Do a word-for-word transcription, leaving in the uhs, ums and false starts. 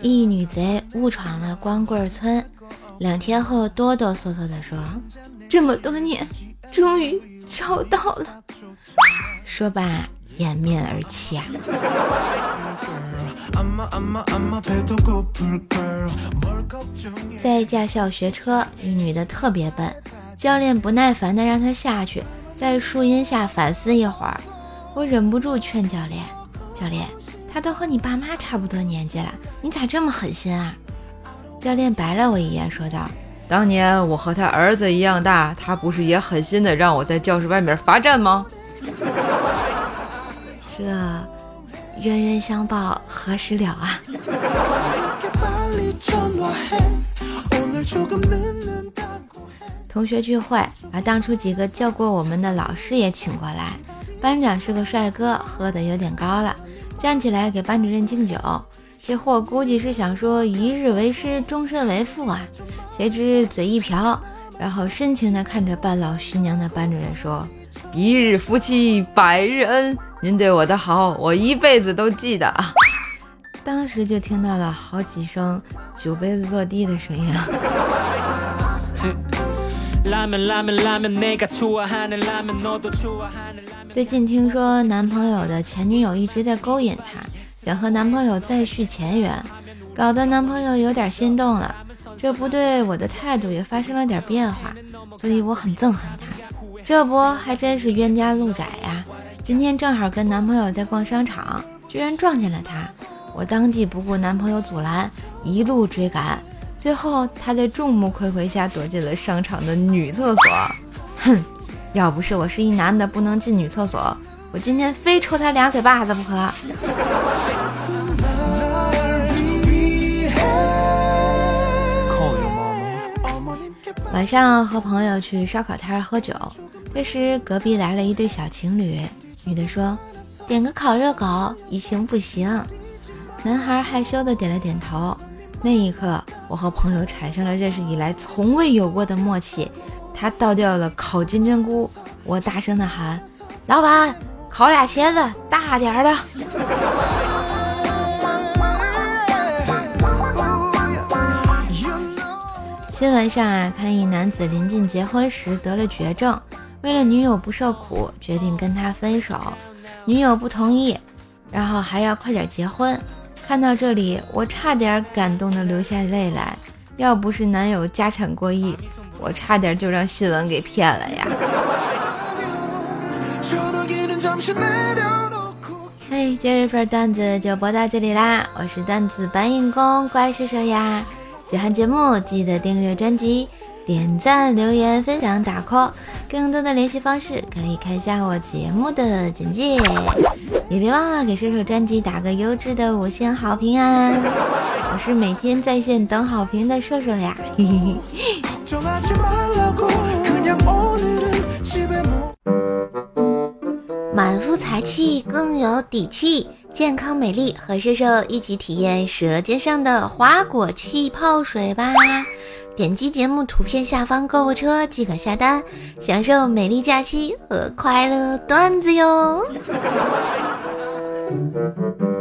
一女贼误闯了光棍村，两天后哆哆嗦嗦地说，这么多年终于找到了，说罢掩面而泣啊。在驾校学车，一女的特别笨，教练不耐烦地让她下去，在树荫下反思一会儿。我忍不住劝教练，教练，她都和你爸妈差不多年纪了，你咋这么狠心啊？教练白了我一眼说道， 当年我和他儿子一样大，他不是也狠心的让我在教室外面罚站吗？ 这冤冤相报何时了啊。同学聚会，把当初几个教过我们的老师也请过来，班长是个帅哥，喝得有点高了，站起来给班主任敬酒。这货估计是想说一日为师终身为父啊，谁知嘴一瓢，然后深情地看着半老徐娘的班主任说， 一日夫妻百日恩，您对我的好我一辈子都记得啊。 当时就听到了好几声酒杯落地的声音啊。最近听说男朋友的前女友一直在勾引他，想和男朋友再续前缘，搞得男朋友有点心动了，这不对我的态度也发生了点变化，所以我很憎恨他。这不还真是冤家路窄呀，今天正好跟男朋友在逛商场，居然撞见了他，我当即不顾男朋友阻拦，一路追赶，最后他在众目睽睽下躲进了商场的女厕所。哼，要不是我是一男的不能进女厕所，我今天非抽他两嘴巴子不可。晚上和朋友去烧烤摊喝酒，这时隔壁来了一对小情侣，女的说，点个烤热狗，一行不行？男孩害羞地点了点头。那一刻，我和朋友产生了认识以来从未有过的默契。他倒掉了烤金针菇，我大声地喊，老板，烤俩茄子，大点的。新闻上啊，看一男子临近结婚时得了绝症，为了女友不受苦，决定跟他分手，女友不同意，然后还要快点结婚。看到这里，我差点感动的流下泪来，要不是男友家产过亿，我差点就让新闻给骗了呀。嘿，今日份段子就播到这里啦，我是段子搬运工怪兽兽呀。喜欢节目记得订阅专辑，点赞留言分享打 call， 更多的联系方式可以看一下我节目的简介，也别忘了给射手专辑打个优质的五星好评啊！我是每天在线等好评的射手呀，嘿嘿嘿。满腹才气更有底气，健康美丽和射手一起体验舌尖上的花果气泡水吧！点击节目图片下方购物车即可下单，享受美丽假期和快乐段子哟！